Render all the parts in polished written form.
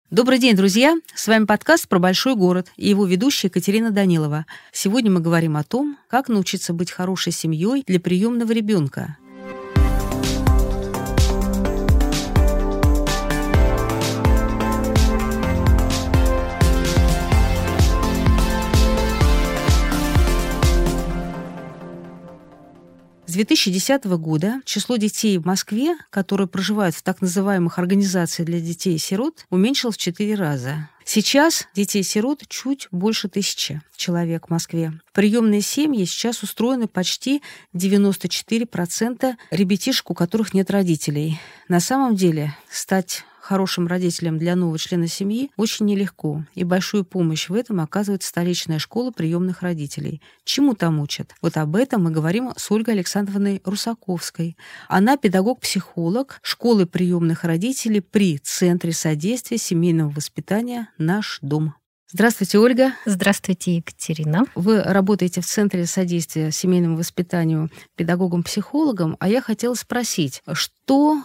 Добрый день, друзья! С вами подкаст про большой город и его ведущая Екатерина Данилова. Сегодня мы говорим о том, как научиться быть хорошей семьей для приемного ребенка. С 2010 года число детей в Москве, которые проживают в так называемых организациях для детей-сирот, уменьшилось в 4 раза. Сейчас детей-сирот чуть больше 1000 человек в Москве. Приемные семьи сейчас устроены почти 94% ребятишек, у которых нет родителей. На самом деле стать хорошим родителем для нового члена семьи очень нелегко, и большую помощь в этом оказывает столичная школа приемных родителей. Чему там учат? Вот об этом мы говорим с Ольгой Александровной Русаковской. Она педагог-психолог школы приемных родителей при Центре содействия семейного воспитания «Наш дом». Здравствуйте, Ольга. Здравствуйте, Екатерина. Вы работаете в Центре содействия семейному воспитанию педагогом-психологом, а я хотела спросить, что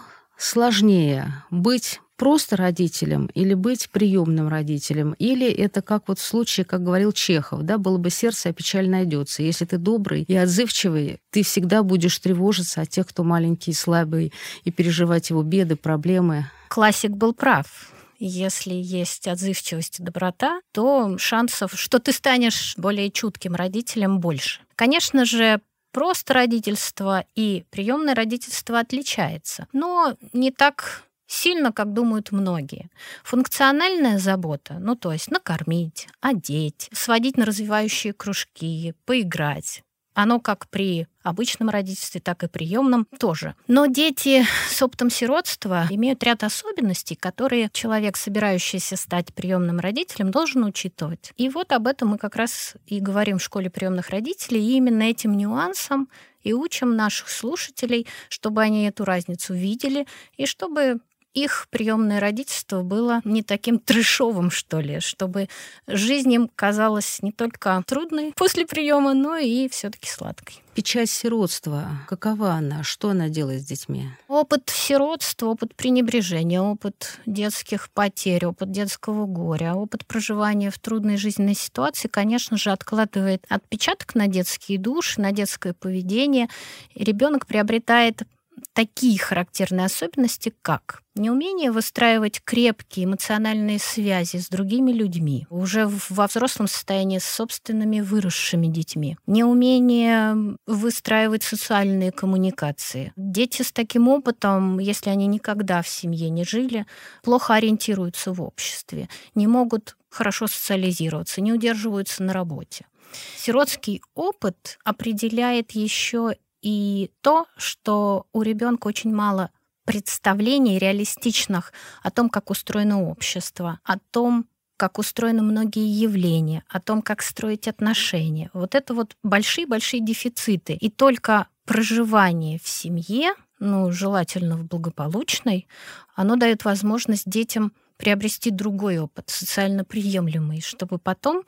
сложнее — быть просто родителем или быть приемным родителем? Или это как вот в случае, как говорил Чехов, да, было бы сердце, а печаль найдется. Если ты добрый и отзывчивый, ты всегда будешь тревожиться о тех, кто маленький и слабый, и переживать его беды, проблемы. Классик был прав. Если есть отзывчивость и доброта, то шансов, что ты станешь более чутким родителем, больше. Конечно же, просто родительство и приемное родительство отличается, но не так сильно, как думают многие. Функциональная забота, то есть накормить, одеть, сводить на развивающие кружки, поиграть. Оно как при обычном родительстве, так и приемном тоже. Но дети с опытом сиротства имеют ряд особенностей, которые человек, собирающийся стать приемным родителем, должен учитывать. И вот об этом мы как раз и говорим в школе приемных родителей, и именно этим нюансом и учим наших слушателей, чтобы они эту разницу видели, и чтобы их приемное родительство было не таким трэшовым, что ли, чтобы жизнь им казалась не только трудной после приема, но и все-таки сладкой. Печать сиротства, какова она? Что она делает с детьми? Опыт сиротства, опыт пренебрежения, опыт детских потерь, опыт детского горя, опыт проживания в трудной жизненной ситуации, конечно же, откладывает отпечаток на детские души, на детское поведение. И ребенок приобретает такие характерные особенности, как неумение выстраивать крепкие эмоциональные связи с другими людьми, уже во взрослом состоянии с собственными выросшими детьми, неумение выстраивать социальные коммуникации. Дети с таким опытом, если они никогда в семье не жили, плохо ориентируются в обществе, не могут хорошо социализироваться, не удерживаются на работе. Сиротский опыт определяет еще и то, что у ребенка очень мало представлений реалистичных о том, как устроено общество, о том, как устроены многие явления, о том, как строить отношения. Вот это вот большие-большие дефициты. И только проживание в семье, желательно в благополучной, оно дает возможность детям приобрести другой опыт, социально приемлемый, чтобы потом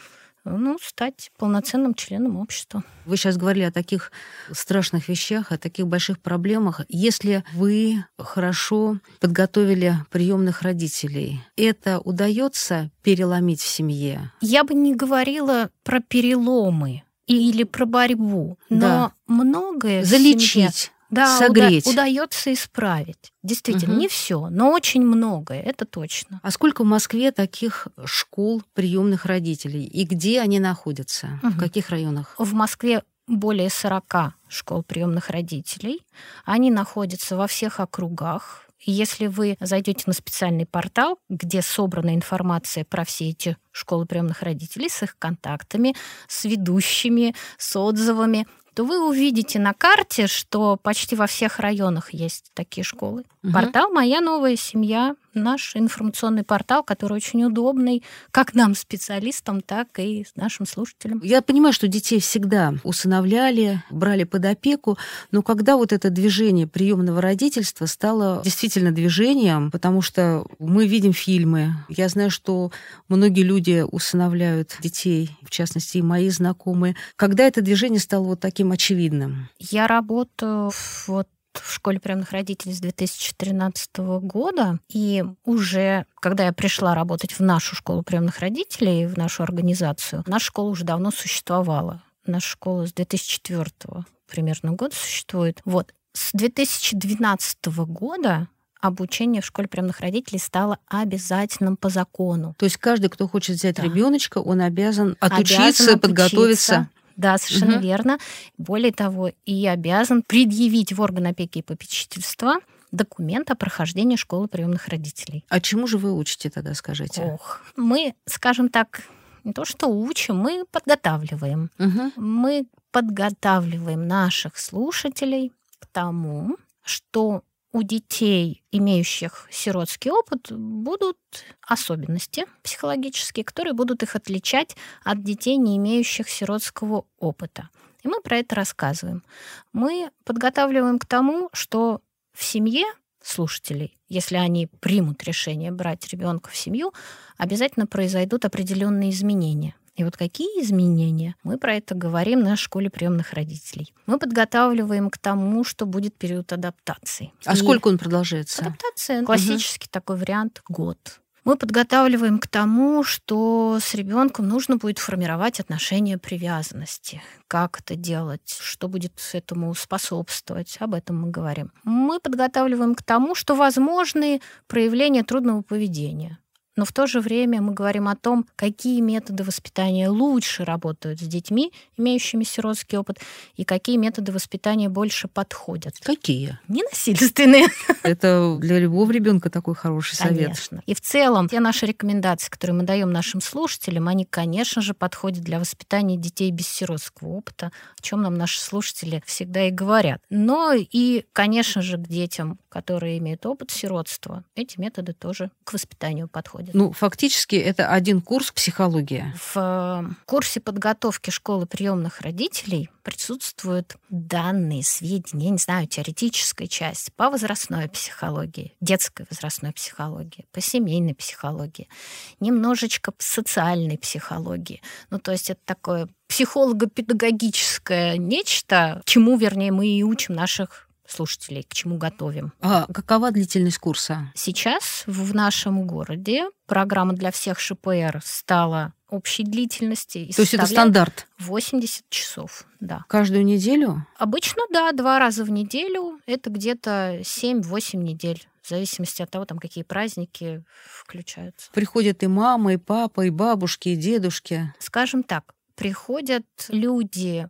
стать полноценным членом общества. Вы сейчас говорили о таких страшных вещах, о таких больших проблемах. Если вы хорошо подготовили приемных родителей, это удается переломить в семье? Я бы не говорила про переломы или про борьбу, но многое залечить. Согреть. Удается исправить. Действительно, не все, но очень многое, это точно. А сколько в Москве таких школ приемных родителей? И где они находятся? В каких районах? В Москве более 40 школ приемных родителей. Они находятся во всех округах. И если вы зайдете на специальный портал, где собрана информация про все эти школы приемных родителей с их контактами, с ведущими, с отзывами, то вы увидите на карте, что почти во всех районах есть такие школы. Портал «Моя новая семья», наш информационный портал, который очень удобный как нам, специалистам, так и нашим слушателям. Я понимаю, что детей всегда усыновляли, брали под опеку, но когда вот это движение приемного родительства стало действительно движением, потому что мы видим фильмы, я знаю, что многие люди усыновляют детей, в частности, и мои знакомые. Когда это движение стало вот таким очевидным? Я работаю в школе приемных родителей с 2013 года. И уже, когда я пришла работать в нашу школу приемных родителей, в нашу организацию, наша школа уже давно существовала. Наша школа с 2004 примерно года существует. Вот. С 2012 года обучение в школе приемных родителей стало обязательным по закону. То есть каждый, кто хочет взять ребеночка, он обязан отучиться, подготовиться. Да, совершенно верно. Более того, и обязан предъявить в орган опеки и попечительства документ о прохождении школы приемных родителей. А чему же вы учите тогда, скажите? Мы, скажем так, не то что учим, мы подготавливаем. Мы подготавливаем наших слушателей к тому, что у детей, имеющих сиротский опыт, будут особенности психологические, которые будут их отличать от детей, не имеющих сиротского опыта. И мы про это рассказываем. Мы подготавливаем к тому, что в семье слушателей, если они примут решение брать ребенка в семью, обязательно произойдут определенные изменения. И вот какие изменения? Мы про это говорим на школе приемных родителей. Мы подготавливаем к тому, что будет период адаптации. А сколько он продолжается? Адаптация, классический такой вариант, год. Мы подготавливаем к тому, что с ребенком нужно будет формировать отношения привязанности. Как это делать? Что будет этому способствовать? Об этом мы говорим. Мы подготавливаем к тому, что возможны проявления трудного поведения. Но в то же время мы говорим о том, какие методы воспитания лучше работают с детьми, имеющими сиротский опыт, и какие методы воспитания больше подходят. Какие? Ненасильственные. Это для любого ребенка такой хороший совет. Конечно. И в целом те наши рекомендации, которые мы даем нашим слушателям, они, конечно же, подходят для воспитания детей без сиротского опыта, о чем нам наши слушатели всегда и говорят. Но и, конечно же, к детям, которые имеют опыт сиротства, эти методы тоже к воспитанию подходят. Ну, фактически, это один курс психологии. В курсе подготовки школы приемных родителей присутствуют данные, сведения, я не знаю, теоретическая часть по возрастной психологии, детской возрастной психологии, по семейной психологии, немножечко по социальной психологии. Ну, то есть это такое психолого-педагогическое нечто, чему, вернее, мы и учим наших слушателей, к чему готовим. А какова длительность курса? Сейчас в нашем городе программа для всех ШПР стала общей длительности. То есть это стандарт? 80 часов, да. Каждую неделю? Обычно, да, 2 раза в неделю. Это где-то 7-8 недель. В зависимости от того, там, какие праздники включаются. Приходят и мама, и папа, и бабушки, и дедушки. Скажем так, приходят люди,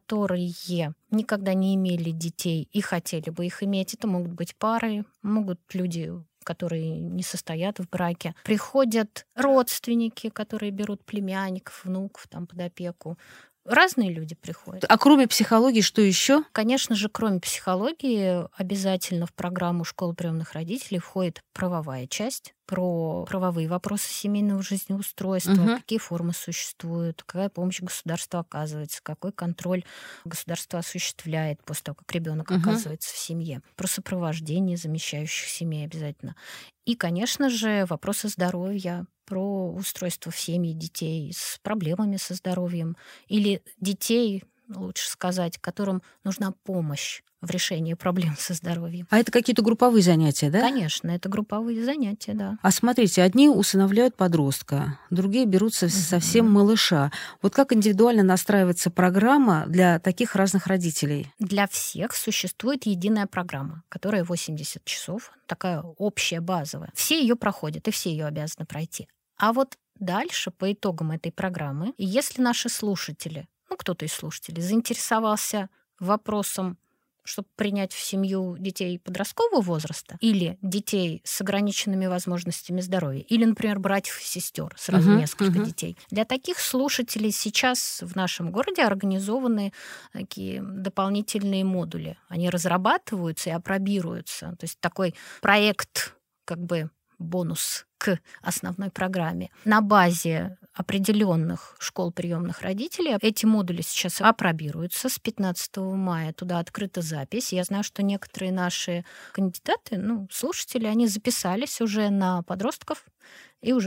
которые никогда не имели детей и хотели бы их иметь. Это могут быть пары, могут люди, которые не состоят в браке. Приходят родственники, которые берут племянников, внуков там, под опеку. Разные люди приходят. А кроме психологии, что еще? Конечно же, кроме психологии, обязательно в программу школы приемных родителей входит правовая часть, про правовые вопросы семейного жизнеустройства, какие формы существуют, какая помощь государства оказывается, какой контроль государство осуществляет после того, как ребенок оказывается в семье, про сопровождение замещающих семей обязательно. И, конечно же, вопросы здоровья, про устройство в семье детей с проблемами со здоровьем или детей, лучше сказать, которым нужна помощь в решении проблем со здоровьем. А это какие-то групповые занятия, да? Конечно, это групповые занятия, да. А смотрите, одни усыновляют подростка, другие берутся совсем малыша. Вот как индивидуально настраивается программа для таких разных родителей? Для всех существует единая программа, которая 80 часов, такая общая, базовая. Все ее проходят, и все ее обязаны пройти. А вот дальше, по итогам этой программы, если наши слушатели, кто-то из слушателей заинтересовался вопросом, чтобы принять в семью детей подросткового возраста или детей с ограниченными возможностями здоровья, или, например, братьев и сестер, сразу несколько детей. Для таких слушателей сейчас в нашем городе организованы такие дополнительные модули. Они разрабатываются и апробируются. То есть такой проект, бонус к основной программе. На базе определенных школ приемных родителей эти модули сейчас апробируются. С 15 мая туда открыта запись. Я знаю, что некоторые наши кандидаты, слушатели, они записались уже на подростков и уже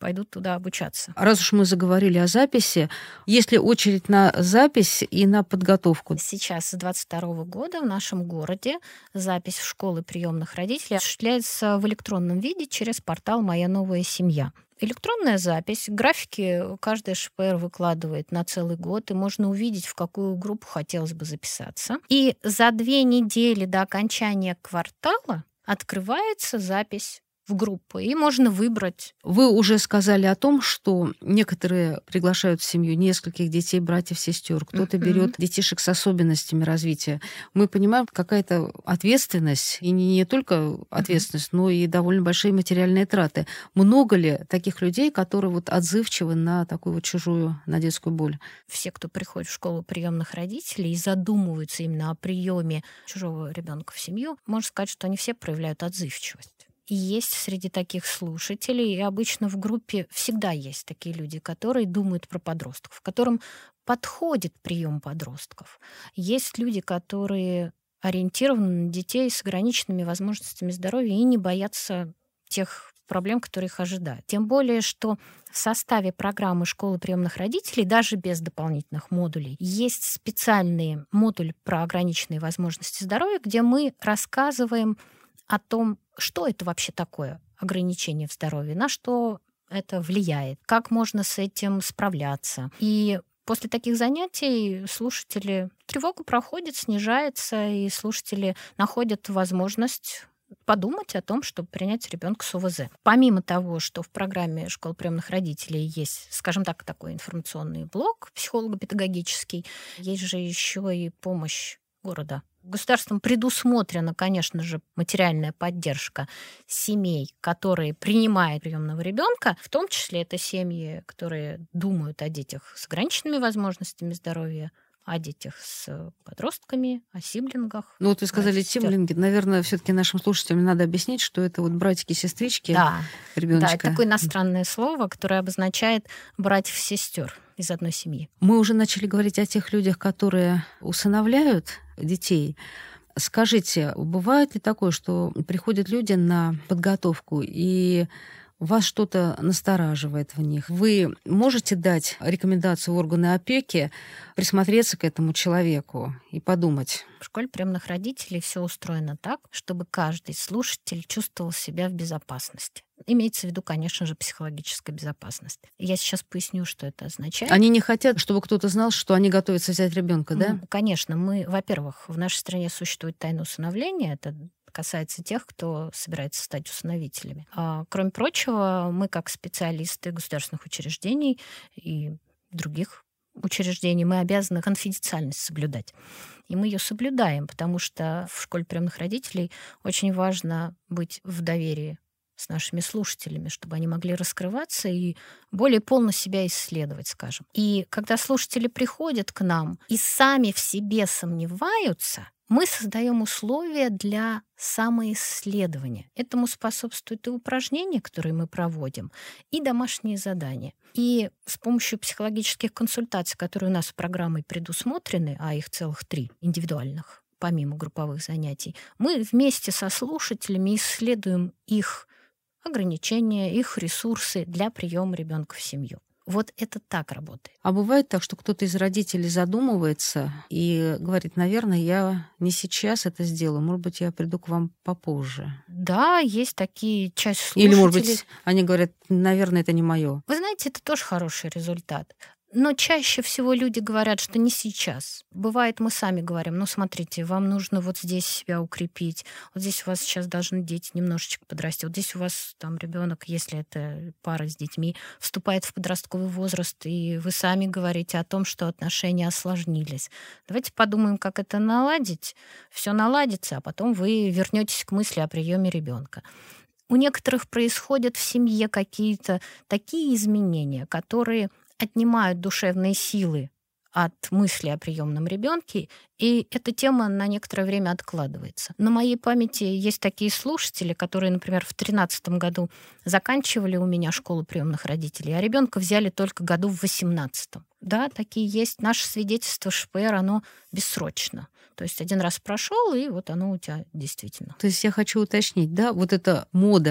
пойдут туда обучаться. Раз уж мы заговорили о записи, есть ли очередь на запись и на подготовку? Сейчас с 2022 года в нашем городе запись в школы приемных родителей осуществляется в электронном виде через портал «Моя новая семья». Электронная запись, графики каждый ШПР выкладывает на целый год, и можно увидеть, в какую группу хотелось бы записаться. И за 2 недели до окончания квартала открывается запись в группу, и можно выбрать. Вы уже сказали о том, что некоторые приглашают в семью нескольких детей, братьев, сестер, кто-то берет детишек с особенностями развития. Мы понимаем, какая-то ответственность, и не только ответственность, но и довольно большие материальные траты. Много ли таких людей, которые вот отзывчивы на такую вот чужую, на детскую боль? Все, кто приходит в школу приемных родителей и задумываются именно о приеме чужого ребенка в семью, можно сказать, что они все проявляют отзывчивость. И есть среди таких слушателей, и обычно в группе всегда есть такие люди, которые думают про подростков, которым подходит прием подростков. Есть люди, которые ориентированы на детей с ограниченными возможностями здоровья и не боятся тех проблем, которые их ожидают. Тем более, что в составе программы школы приемных родителей, даже без дополнительных модулей, есть специальный модуль про ограниченные возможности здоровья, где мы рассказываем о том, что это вообще такое ограничение в здоровье, на что это влияет, как можно с этим справляться. И после таких занятий слушатели тревогу проходят, снижается, и слушатели находят возможность подумать о том, чтобы принять ребенка с ОВЗ. Помимо того, что в программе школ приемных родителей есть, скажем так, такой информационный блок психолого-педагогический, есть же еще и помощь города. Государством предусмотрена, конечно же, материальная поддержка семей, которые принимают приемного ребенка, в том числе это семьи, которые думают о детях с ограниченными возможностями здоровья, о детях с подростками, о сиблингах. Ну вот вы сказали сиблинги. Наверное, все-таки нашим слушателям надо объяснить, что это вот братики-сестрички ребеночка. Да, это такое иностранное слово, которое обозначает братьев-сестер из одной семьи. Мы уже начали говорить о тех людях, которые усыновляют детей. Скажите, бывает ли такое, что приходят люди на подготовку, и вас что-то настораживает в них? Вы можете дать рекомендацию в органы опеки присмотреться к этому человеку и подумать? В школе приемных родителей все устроено так, чтобы каждый слушатель чувствовал себя в безопасности. Имеется в виду, конечно же, психологическая безопасность. Я сейчас поясню, что это означает. Они не хотят, чтобы кто-то знал, что они готовятся взять ребенка, да? Конечно, во-первых, в нашей стране существует тайна усыновления. Это касается тех, кто собирается стать усыновителями. Кроме прочего, мы как специалисты государственных учреждений и других учреждений, мы обязаны конфиденциальность соблюдать. И мы ее соблюдаем, потому что в школе приемных родителей очень важно быть в доверии с нашими слушателями, чтобы они могли раскрываться и более полно себя исследовать, скажем. И когда слушатели приходят к нам и сами в себе сомневаются, мы создаем условия для самоисследования. Этому способствуют и упражнения, которые мы проводим, и домашние задания. И с помощью психологических консультаций, которые у нас в программе предусмотрены, а их целых 3 индивидуальных, помимо групповых занятий, мы вместе со слушателями исследуем их ограничения, их ресурсы для приема ребенка в семью. Вот это так работает. А бывает так, что кто-то из родителей задумывается и говорит, наверное, я не сейчас это сделаю, может быть, я приду к вам попозже. Да, есть такие часть слушателей. Или, может быть, они говорят, наверное, это не мое. Вы знаете, это тоже хороший результат. Но чаще всего люди говорят, что не сейчас. Бывает, мы сами говорим, ну, смотрите, вам нужно вот здесь себя укрепить, вот здесь у вас сейчас должны дети немножечко подрасти, вот здесь у вас там ребенок, если это пара с детьми, вступает в подростковый возраст, и вы сами говорите о том, что отношения осложнились. Давайте подумаем, как это наладить. Все наладится, а потом вы вернетесь к мысли о приеме ребенка. У некоторых происходят в семье какие-то такие изменения, которые отнимают душевные силы от мысли о приемном ребенке, и эта тема на некоторое время откладывается. На моей памяти есть такие слушатели, которые, например, в 2013 году заканчивали у меня школу приемных родителей, а ребенка взяли только году в 2018. Да, такие есть. Наше свидетельство ШПР, оно бессрочно. То есть 1 раз прошел, и вот оно у тебя действительно. То есть я хочу уточнить, да, вот эта мода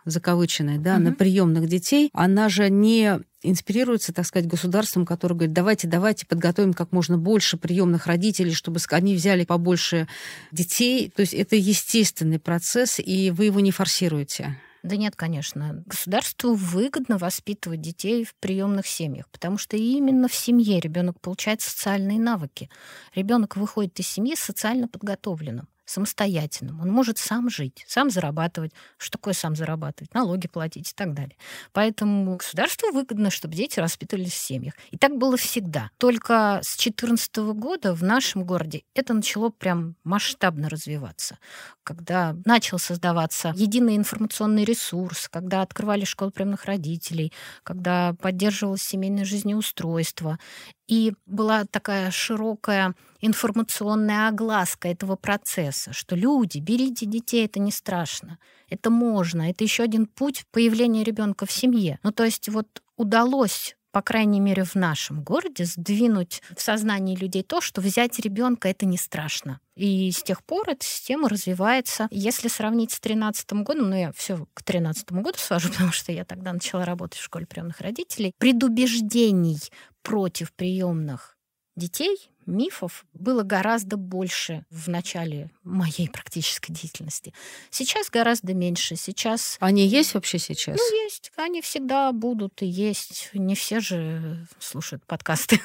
закавыченная, да, на приемных детей, она же не инспирируется, так сказать, государством, которое говорит, давайте подготовим как можно больше приемных родителей, чтобы они взяли побольше детей. То есть это естественный процесс, и вы его не форсируете. Да нет, конечно. Государству выгодно воспитывать детей в приемных семьях, потому что именно в семье ребенок получает социальные навыки. Ребенок выходит из семьи социально подготовленным, самостоятельным. Он может сам жить, сам зарабатывать. Что такое сам зарабатывать? Налоги платить и так далее. Поэтому государству выгодно, чтобы дети воспитывались в семьях. И так было всегда. Только с 2014 года в нашем городе это начало прям масштабно развиваться. Когда начал создаваться единый информационный ресурс, когда открывали школы приемных родителей, когда поддерживалось семейное жизнеустройство. И была такая широкая информационная огласка этого процесса, что люди, берите детей, это не страшно, это можно, это еще один путь появления ребенка в семье. Ну, то есть вот удалось, по крайней мере, в нашем городе сдвинуть в сознании людей то, что взять ребенка это не страшно. И с тех пор эта система развивается. Если сравнить с 2013 годом, я все к 2013 году свожу, потому что я тогда начала работать в школе приемных родителей, предубеждений против приемных детей, мифов было гораздо больше в начале моей практической деятельности. Сейчас гораздо меньше. Сейчас... Они есть вообще сейчас? Ну, есть. Они всегда будут и есть. Не все же слушают подкасты.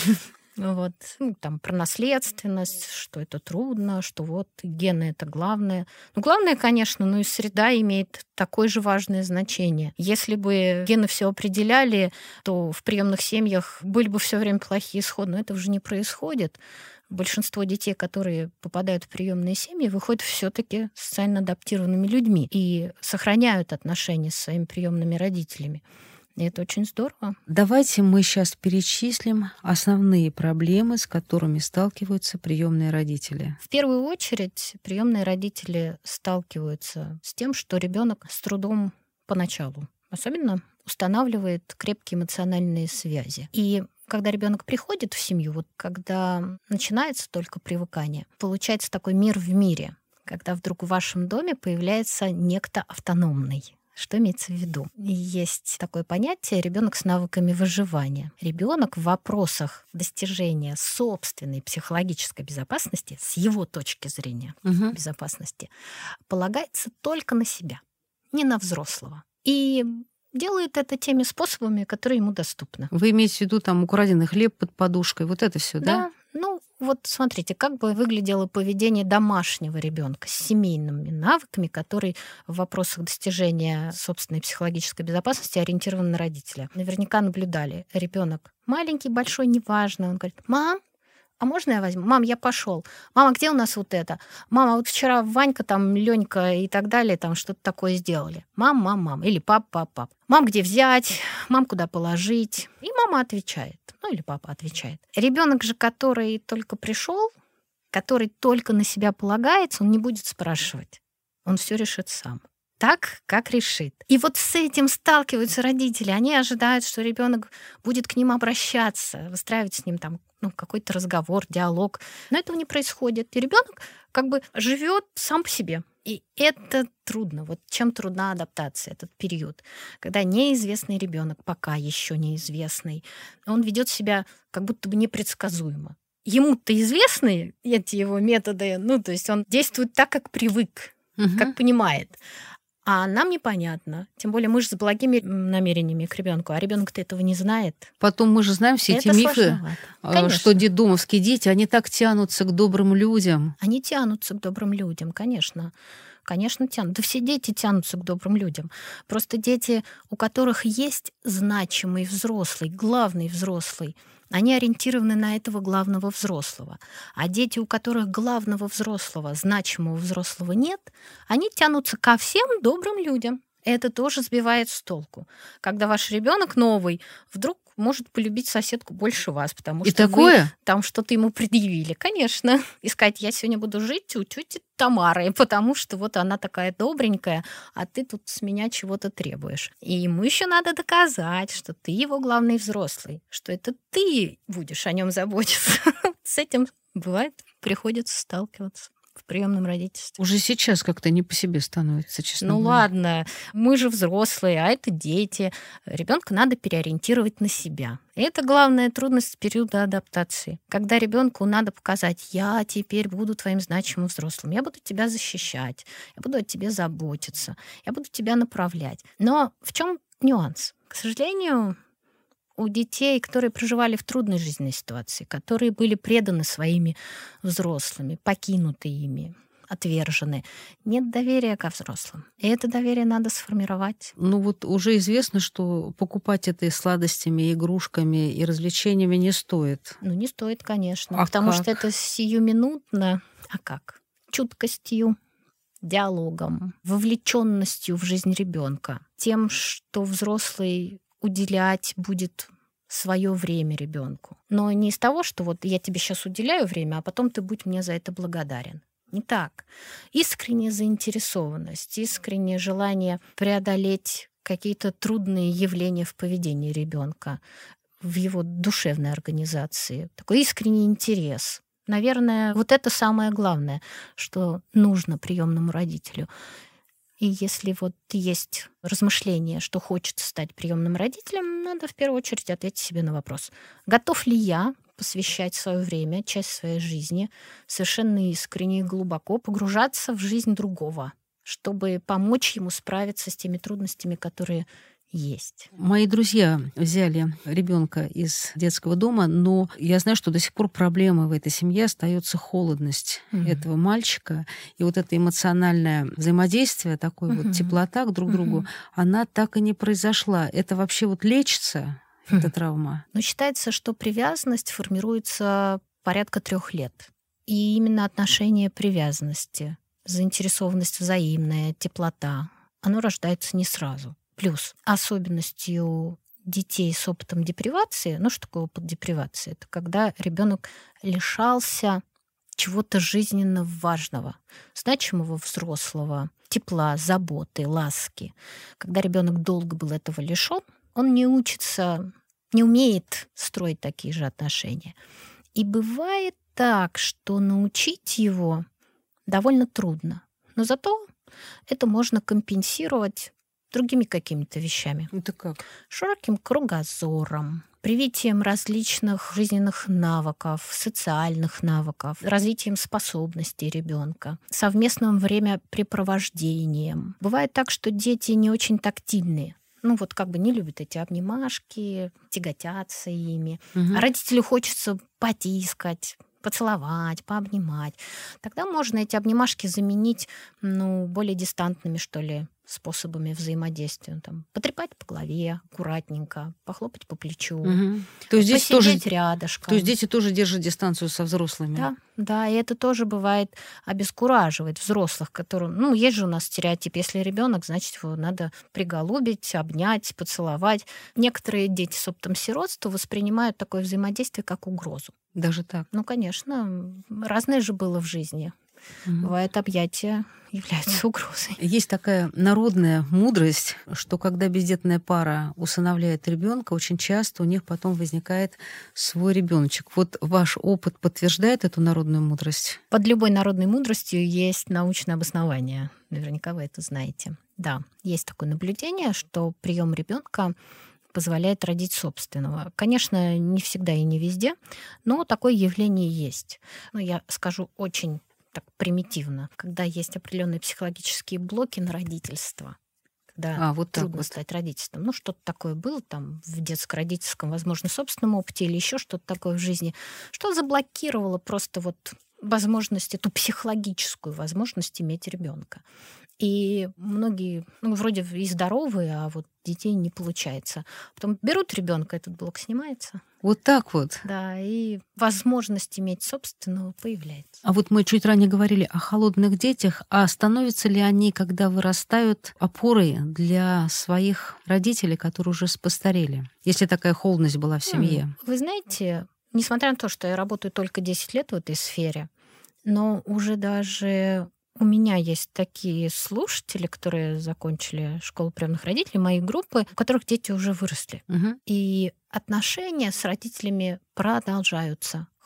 Вот. Там про наследственность, что это трудно, что вот гены — это главное. Ну, главное, конечно, и среда имеет такое же важное значение. Если бы гены все определяли, то в приемных семьях были бы все время плохие исходы, но это уже не происходит. Большинство детей, которые попадают в приемные семьи, выходят все-таки социально адаптированными людьми и сохраняют отношения с своими приемными родителями. И это очень здорово. Давайте мы сейчас перечислим основные проблемы, с которыми сталкиваются приемные родители. В первую очередь приемные родители сталкиваются с тем, что ребенок с трудом поначалу, особенно устанавливает крепкие эмоциональные связи. И когда ребенок приходит в семью, вот когда начинается только привыкание, получается такой мир в мире, когда вдруг в вашем доме появляется некто автономный. Что имеется в виду? Есть такое понятие ребенок с навыками выживания. Ребенок в вопросах достижения собственной психологической безопасности, с его точки зрения безопасности, полагается только на себя, не на взрослого. И делает это теми способами, которые ему доступны. Вы имеете в виду там украденный хлеб под подушкой, вот это все, да? Вот смотрите, как бы выглядело поведение домашнего ребенка с семейными навыками, которые в вопросах достижения собственной психологической безопасности ориентированы на родителя. Наверняка наблюдали. Ребенок маленький, большой, неважно. Он говорит: мам, а можно я возьму? Мам, я пошел. Мама, где у нас вот это? Мама, вот вчера Ванька, там, Ленька и так далее, там что-то такое сделали. Мам. Или пап. Мам, где взять? Мам, куда положить? И мама отвечает. Или папа отвечает. Ребенок же, который только пришел, который только на себя полагается, он не будет спрашивать. Он все решит сам. Так, как решит. И вот с этим сталкиваются родители. Они ожидают, что ребенок будет к ним обращаться, выстраивать с ним там какой-то разговор, диалог. Но этого не происходит. И ребенок как бы живет сам по себе. И это трудно. Вот чем трудна адаптация, этот период, когда неизвестный ребенок, пока еще неизвестный, он ведет себя как будто бы непредсказуемо. Ему-то известны эти его методы, то есть он действует так, как привык, как понимает. А нам непонятно. Тем более мы же с благими намерениями к ребенку, а ребенок-то этого не знает. Потом мы же знаем все эти мифы, что детдомовские дети, они так тянутся к добрым людям. Они тянутся к добрым людям, конечно. Конечно, тянут. Да все дети тянутся к добрым людям. Просто дети, у которых есть значимый взрослый, главный взрослый, они ориентированы на этого главного взрослого. А дети, у которых главного взрослого, значимого взрослого нет, они тянутся ко всем добрым людям. Это тоже сбивает с толку. Когда ваш ребенок новый вдруг может полюбить соседку больше вас, потому что вы там что-то ему предъявили. Конечно. И сказать: я сегодня буду жить у тети Тамары, потому что вот она такая добренькая, а ты тут с меня чего-то требуешь. И ему еще надо доказать, что ты его главный взрослый, что это ты будешь о нем заботиться. С этим бывает, приходится сталкиваться. в приемном родительстве. Уже сейчас как-то не по себе становится, честно Ну говоря. ладно, мы же взрослые, а это дети. Ребенка надо переориентировать на себя. И это главная трудность периода адаптации. Когда ребенку надо показать: я теперь буду твоим значимым взрослым, я буду тебя защищать, я буду о тебе заботиться, я буду тебя направлять. Но в чем нюанс? К сожалению, у детей, которые проживали в трудной жизненной ситуации, которые были преданы своими взрослыми, покинуты ими, отвержены, нет доверия ко взрослым. И это доверие надо сформировать. Ну вот уже известно, что покупать это и сладостями, и игрушками, и развлечениями не стоит. Ну, не стоит, конечно, А потому как? что это сиюминутно. А как? Чуткостью, диалогом, вовлеченностью в жизнь ребенка, тем, что взрослый уделять будет свое время ребенку. Но не из того, что вот я тебе сейчас уделяю время, а потом ты будь мне за это благодарен. Не так. Искренняя заинтересованность, искреннее желание преодолеть какие-то трудные явления в поведении ребенка, в его душевной организации. Такой искренний интерес. Наверное, вот это самое главное, что нужно приемному родителю. И если вот есть размышление, что хочется стать приемным родителем, надо в первую очередь ответить себе на вопрос: готов ли я посвящать свое время, часть своей жизни, совершенно искренне и глубоко погружаться в жизнь другого, чтобы помочь ему справиться с теми трудностями, которые есть. Мои друзья взяли ребенка из детского дома, но я знаю, что до сих пор проблемой в этой семье остается холодность этого мальчика. И вот это эмоциональное взаимодействие, такое вот теплота к друг другу, она так и не произошла. Это вообще вот лечится, эта травма? Но считается, что привязанность формируется порядка 3 лет. И именно отношение привязанности, заинтересованность взаимная, теплота, оно рождается не сразу. Плюс особенностью детей с опытом депривации, ну что такое опыт депривации? Это когда ребенок лишался чего-то жизненно важного, значимого взрослого, тепла, заботы, ласки. Когда ребенок долго был этого лишен, он не учится, не умеет строить такие же отношения. И бывает так, что научить его довольно трудно. Но зато это можно компенсировать другими какими-то вещами. Это как? Широким кругозором, привитием различных жизненных навыков, социальных навыков, развитием способностей ребенка, совместным времяпрепровождением. Бывает так, что дети не очень тактильные. Ну вот как бы не любят эти обнимашки, тяготятся ими. А родителю хочется потискать, поцеловать, пообнимать. Тогда можно эти обнимашки заменить, более дистантными, что ли, способами взаимодействия. Там, потрепать по голове аккуратненько, похлопать по плечу, То есть здесь тоже, посидеть рядышком. то есть дети тоже держат дистанцию со взрослыми? Да, и это тоже бывает обескураживает взрослых, которым, есть же у нас стереотип, если ребенок, значит, его надо приголубить, обнять, поцеловать. Некоторые дети с опытом сиротства воспринимают такое взаимодействие как угрозу. Даже так? Ну, конечно, разное же было в жизни. Бывает, объятия являются угрозой. Есть такая народная мудрость, что когда бездетная пара усыновляет ребенка, очень часто у них потом возникает свой ребеночек. Вот ваш опыт подтверждает эту народную мудрость? Под любой народной мудростью есть научное обоснование. Наверняка вы это знаете. Да, есть такое наблюдение, что прием ребенка позволяет родить собственного. Конечно, не всегда и не везде, но такое явление есть. Я скажу очень так примитивно, когда есть определенные психологические блоки на родительство, когда вот трудно стать родителем. Что-то такое было там в детско-родительском, возможно, собственном опыте или еще что-то такое в жизни, что заблокировало просто возможность, эту психологическую возможность иметь ребенка. И многие, вроде и здоровые, а вот детей не получается. Потом берут ребенка, этот блок снимается. Вот так вот. Да, и возможность иметь собственного появляется. А вот мы чуть ранее говорили о холодных детях, а становятся ли они, когда вырастают, опорой для своих родителей, которые уже постарели, если такая холодность была в семье? Вы знаете, несмотря на то, что я работаю только 10 лет в этой сфере, но уже даже у меня есть такие слушатели, которые закончили школу приемных родителей, моей группы, у которых дети уже выросли. И отношения с родителями продолжаются.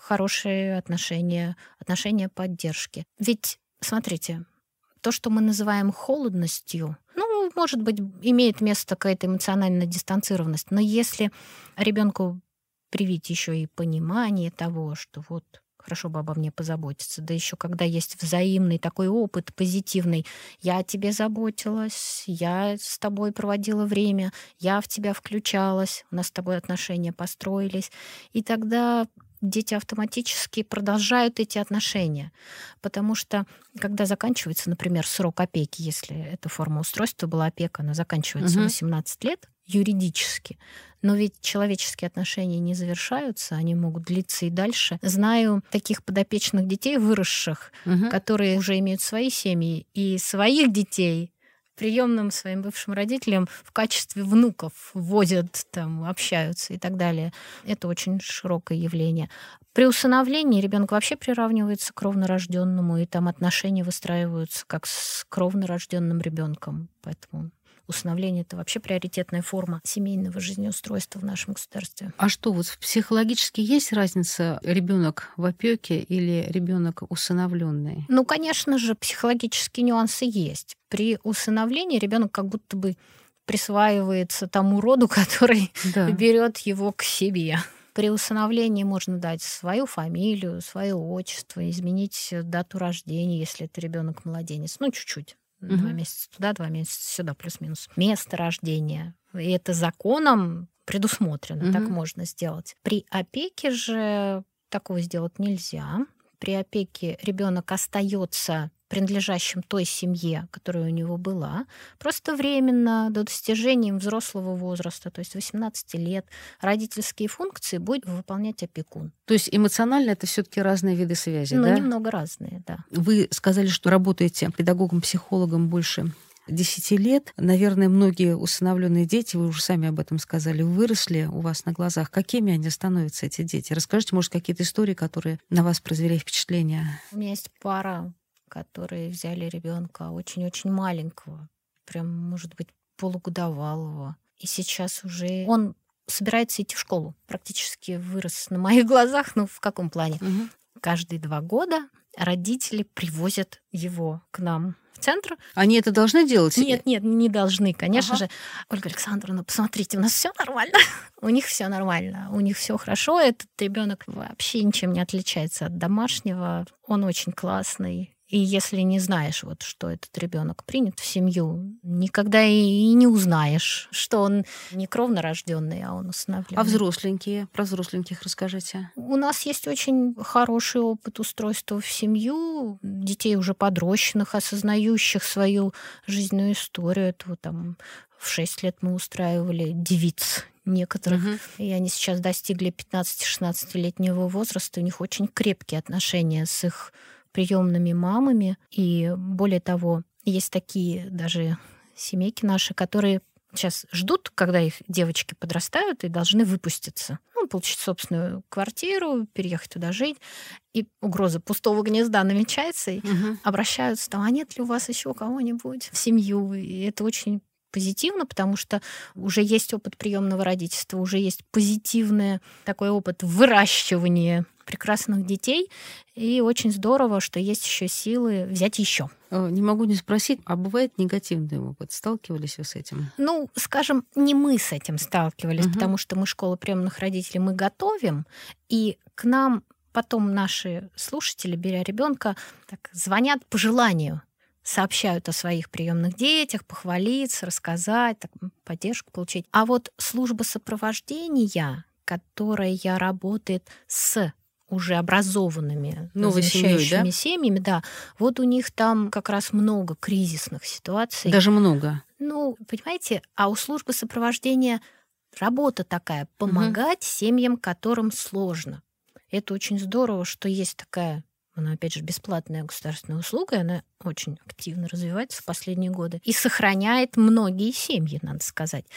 хорошие отношения, отношения поддержки. Ведь, смотрите, то, что мы называем холодностью, может быть, имеет место какая-то эмоциональная дистанцированность, но если ребенку привить еще и понимание того, что вот хорошо бы обо мне позаботиться, да еще когда есть взаимный такой опыт позитивный, я о тебе заботилась, я с тобой проводила время, я в тебя включалась, у нас с тобой отношения построились, и тогда дети автоматически продолжают эти отношения. Потому что, когда заканчивается, например, срок опеки, если эта форма устройства была опека, она заканчивается в 18 лет юридически, но ведь человеческие отношения не завершаются, они могут длиться и дальше. Знаю таких подопечных детей, выросших, которые уже имеют свои семьи, и своих детей приемным своим бывшим родителям в качестве внуков возят, там, общаются и так далее. Это очень широкое явление. При усыновлении ребенок вообще приравнивается к кровнорожденному, и там отношения выстраиваются как с кровнорожденным ребенком. Поэтому усыновление — это вообще приоритетная форма семейного жизнеустройства в нашем государстве. А что, вот психологически есть разница, ребенок в опеке или ребенок усыновленный? Конечно же, психологические нюансы есть. При усыновлении ребенок как будто бы присваивается тому роду, который берет его к себе. При усыновлении можно дать свою фамилию, свое отчество, изменить дату рождения, если это ребенок младенец, чуть-чуть. 2 месяца туда, 2 месяца сюда, плюс-минус. Место рождения. И это законом предусмотрено, так можно сделать. При опеке же такого сделать нельзя. При опеке ребенок остается принадлежащим той семье, которая у него была, просто временно, до достижения им взрослого возраста, то есть 18 лет, родительские функции будет выполнять опекун. То есть эмоционально это все-таки разные виды связи, да? Немного разные, да. Вы сказали, что работаете педагогом-психологом больше 10 лет. Наверное, многие усыновленные дети, вы уже сами об этом сказали, выросли у вас на глазах. Какими они становятся, эти дети? Расскажите, может, какие-то истории, которые на вас произвели впечатление? У меня есть пара, которые взяли ребенка очень-очень маленького, прям, может быть, полугодовалого. И сейчас уже он собирается идти в школу. Практически вырос на моих глазах. В каком плане? Каждые 2 года родители привозят его к нам в центр. Они это должны делать? Нет, не должны, конечно же. Ольга Александровна, посмотрите, у нас все нормально. У них все нормально, у них все хорошо. Этот ребенок вообще ничем не отличается от домашнего. Он очень классный. И если не знаешь, что этот ребенок принят в семью, никогда и не узнаешь, что он не кровнорожденный, а он усыновленный. А взросленькие? Про взросленьких расскажите. У нас есть очень хороший опыт устройства в семью детей уже подрощенных, осознающих свою жизненную историю. Это там в 6 лет мы устраивали девиц некоторых, и они сейчас достигли 15-16-летнего возраста. У них очень крепкие отношения с их приемными мамами. И более того, есть такие даже семейки наши, которые сейчас ждут, когда их девочки подрастают и должны выпуститься. Получить собственную квартиру, переехать туда жить. И угроза пустого гнезда намечается, и обращаются там, а нет ли у вас еще кого-нибудь в семью? И это очень позитивно, потому что уже есть опыт приемного родительства, уже есть позитивный такой опыт выращивания прекрасных детей. И очень здорово, что есть еще силы взять еще. Не могу не спросить, а бывает негативный опыт? Сталкивались вы с этим? Скажем, не мы с этим сталкивались, потому что мы школу приемных родителей мы готовим, и к нам потом наши слушатели, беря ребенка, так звонят по желанию, сообщают о своих приемных детях, похвалиться, рассказать, поддержку получить. А вот служба сопровождения, которая работает с уже образованными, замещающими семьями, вот у них там как раз много кризисных ситуаций. Даже много? Понимаете, а у службы сопровождения работа такая — помогать семьям, которым сложно. Это очень здорово, что есть такая, она, опять же, бесплатная государственная услуга, и она очень активно развивается в последние годы и сохраняет многие семьи, надо сказать,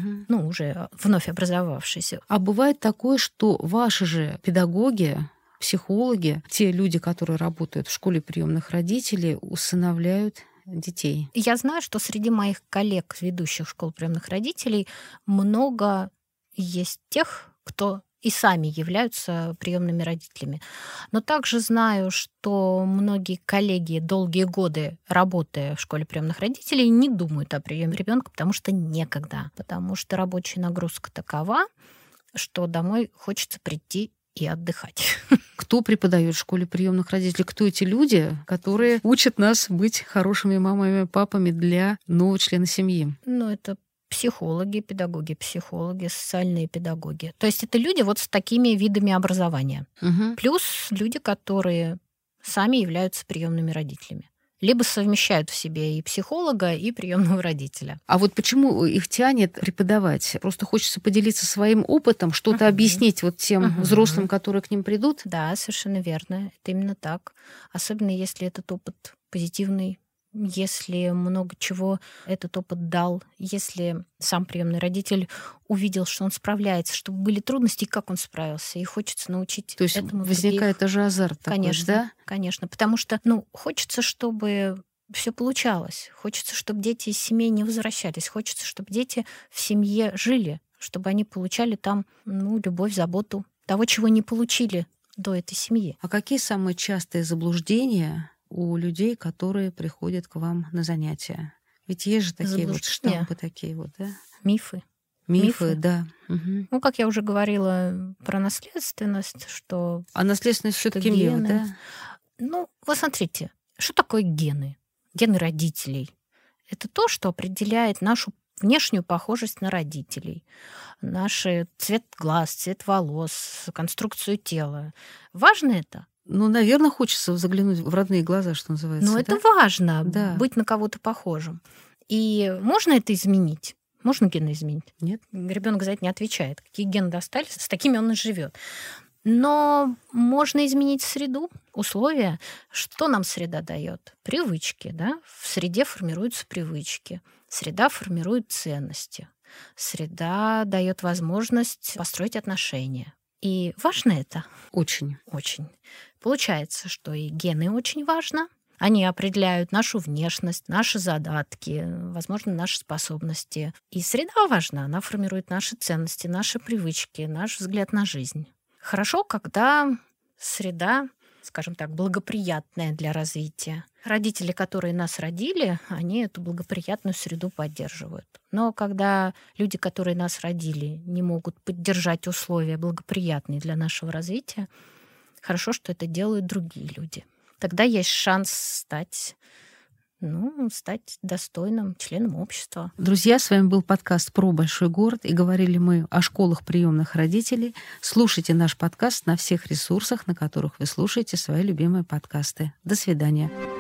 уже вновь образовавшиеся. А бывает такое, что ваши же педагоги, психологи, те люди, которые работают в школе приемных родителей, усыновляют детей? Я знаю, что среди моих коллег, ведущих школ приемных родителей, много есть тех, кто и сами являются приемными родителями. Но также знаю, что многие коллеги, долгие годы работая в школе приемных родителей, не думают о приеме ребенка, потому что некогда, потому что рабочая нагрузка такова, что домой хочется прийти и отдыхать. Кто преподает в школе приемных родителей? Кто эти люди, которые учат нас быть хорошими мамами, папами для нового члена семьи? Это психологи, педагоги-психологи, социальные педагоги. То есть это люди вот с такими видами образования. Угу. Плюс люди, которые сами являются приемными родителями. Либо совмещают в себе и психолога, и приемного родителя. А вот почему их тянет преподавать? Просто хочется поделиться своим опытом, что-то объяснить вот тем взрослым, которые к ним придут? Да, совершенно верно. Это именно так. Особенно если этот опыт позитивный, если много чего этот опыт дал, если сам приемный родитель увидел, что он справляется, что были трудности, и как он справился, и хочется научить То есть этому возникает даже азарт такой, конечно, да? Конечно, потому что хочется, чтобы все получалось, хочется, чтобы дети из семей не возвращались, хочется, чтобы дети в семье жили, чтобы они получали там любовь, заботу, того, чего не получили до этой семьи. А какие самые частые заблуждения у людей, которые приходят к вам на занятия? Ведь есть же такие вот штампы, такие вот, да? Мифы. Мифы, да. Угу. Как я уже говорила про наследственность, что... А наследственность все-таки миф, да? Вы смотрите, что такое гены? Гены родителей. Это то, что определяет нашу внешнюю похожесть на родителей, наш цвет глаз, цвет волос, конструкцию тела. Важно это? Наверное, хочется заглянуть в родные глаза, что называется. Это важно, да. Быть на кого-то похожим. И можно это изменить? Можно гены изменить? Нет. Ребенок за это не отвечает. Какие гены достались, с такими он и живет. Но можно изменить среду, условия. Что нам среда дает? Привычки, да? В среде формируются привычки. Среда формирует ценности. Среда дает возможность построить отношения. И важно это? Очень. Очень. Получается, что и гены очень важно. Они определяют нашу внешность, наши задатки, возможно, наши способности. И среда важна. Она формирует наши ценности, наши привычки, наш взгляд на жизнь. Хорошо, когда среда, скажем так, благоприятная для развития. Родители, которые нас родили, они эту благоприятную среду поддерживают. Но когда люди, которые нас родили, не могут поддержать условия благоприятные для нашего развития, хорошо, что это делают другие люди. Тогда есть шанс стать достойным членом общества. Друзья, с вами был подкаст про большой город, и говорили мы о школах приемных родителей. Слушайте наш подкаст на всех ресурсах, на которых вы слушаете свои любимые подкасты. До свидания.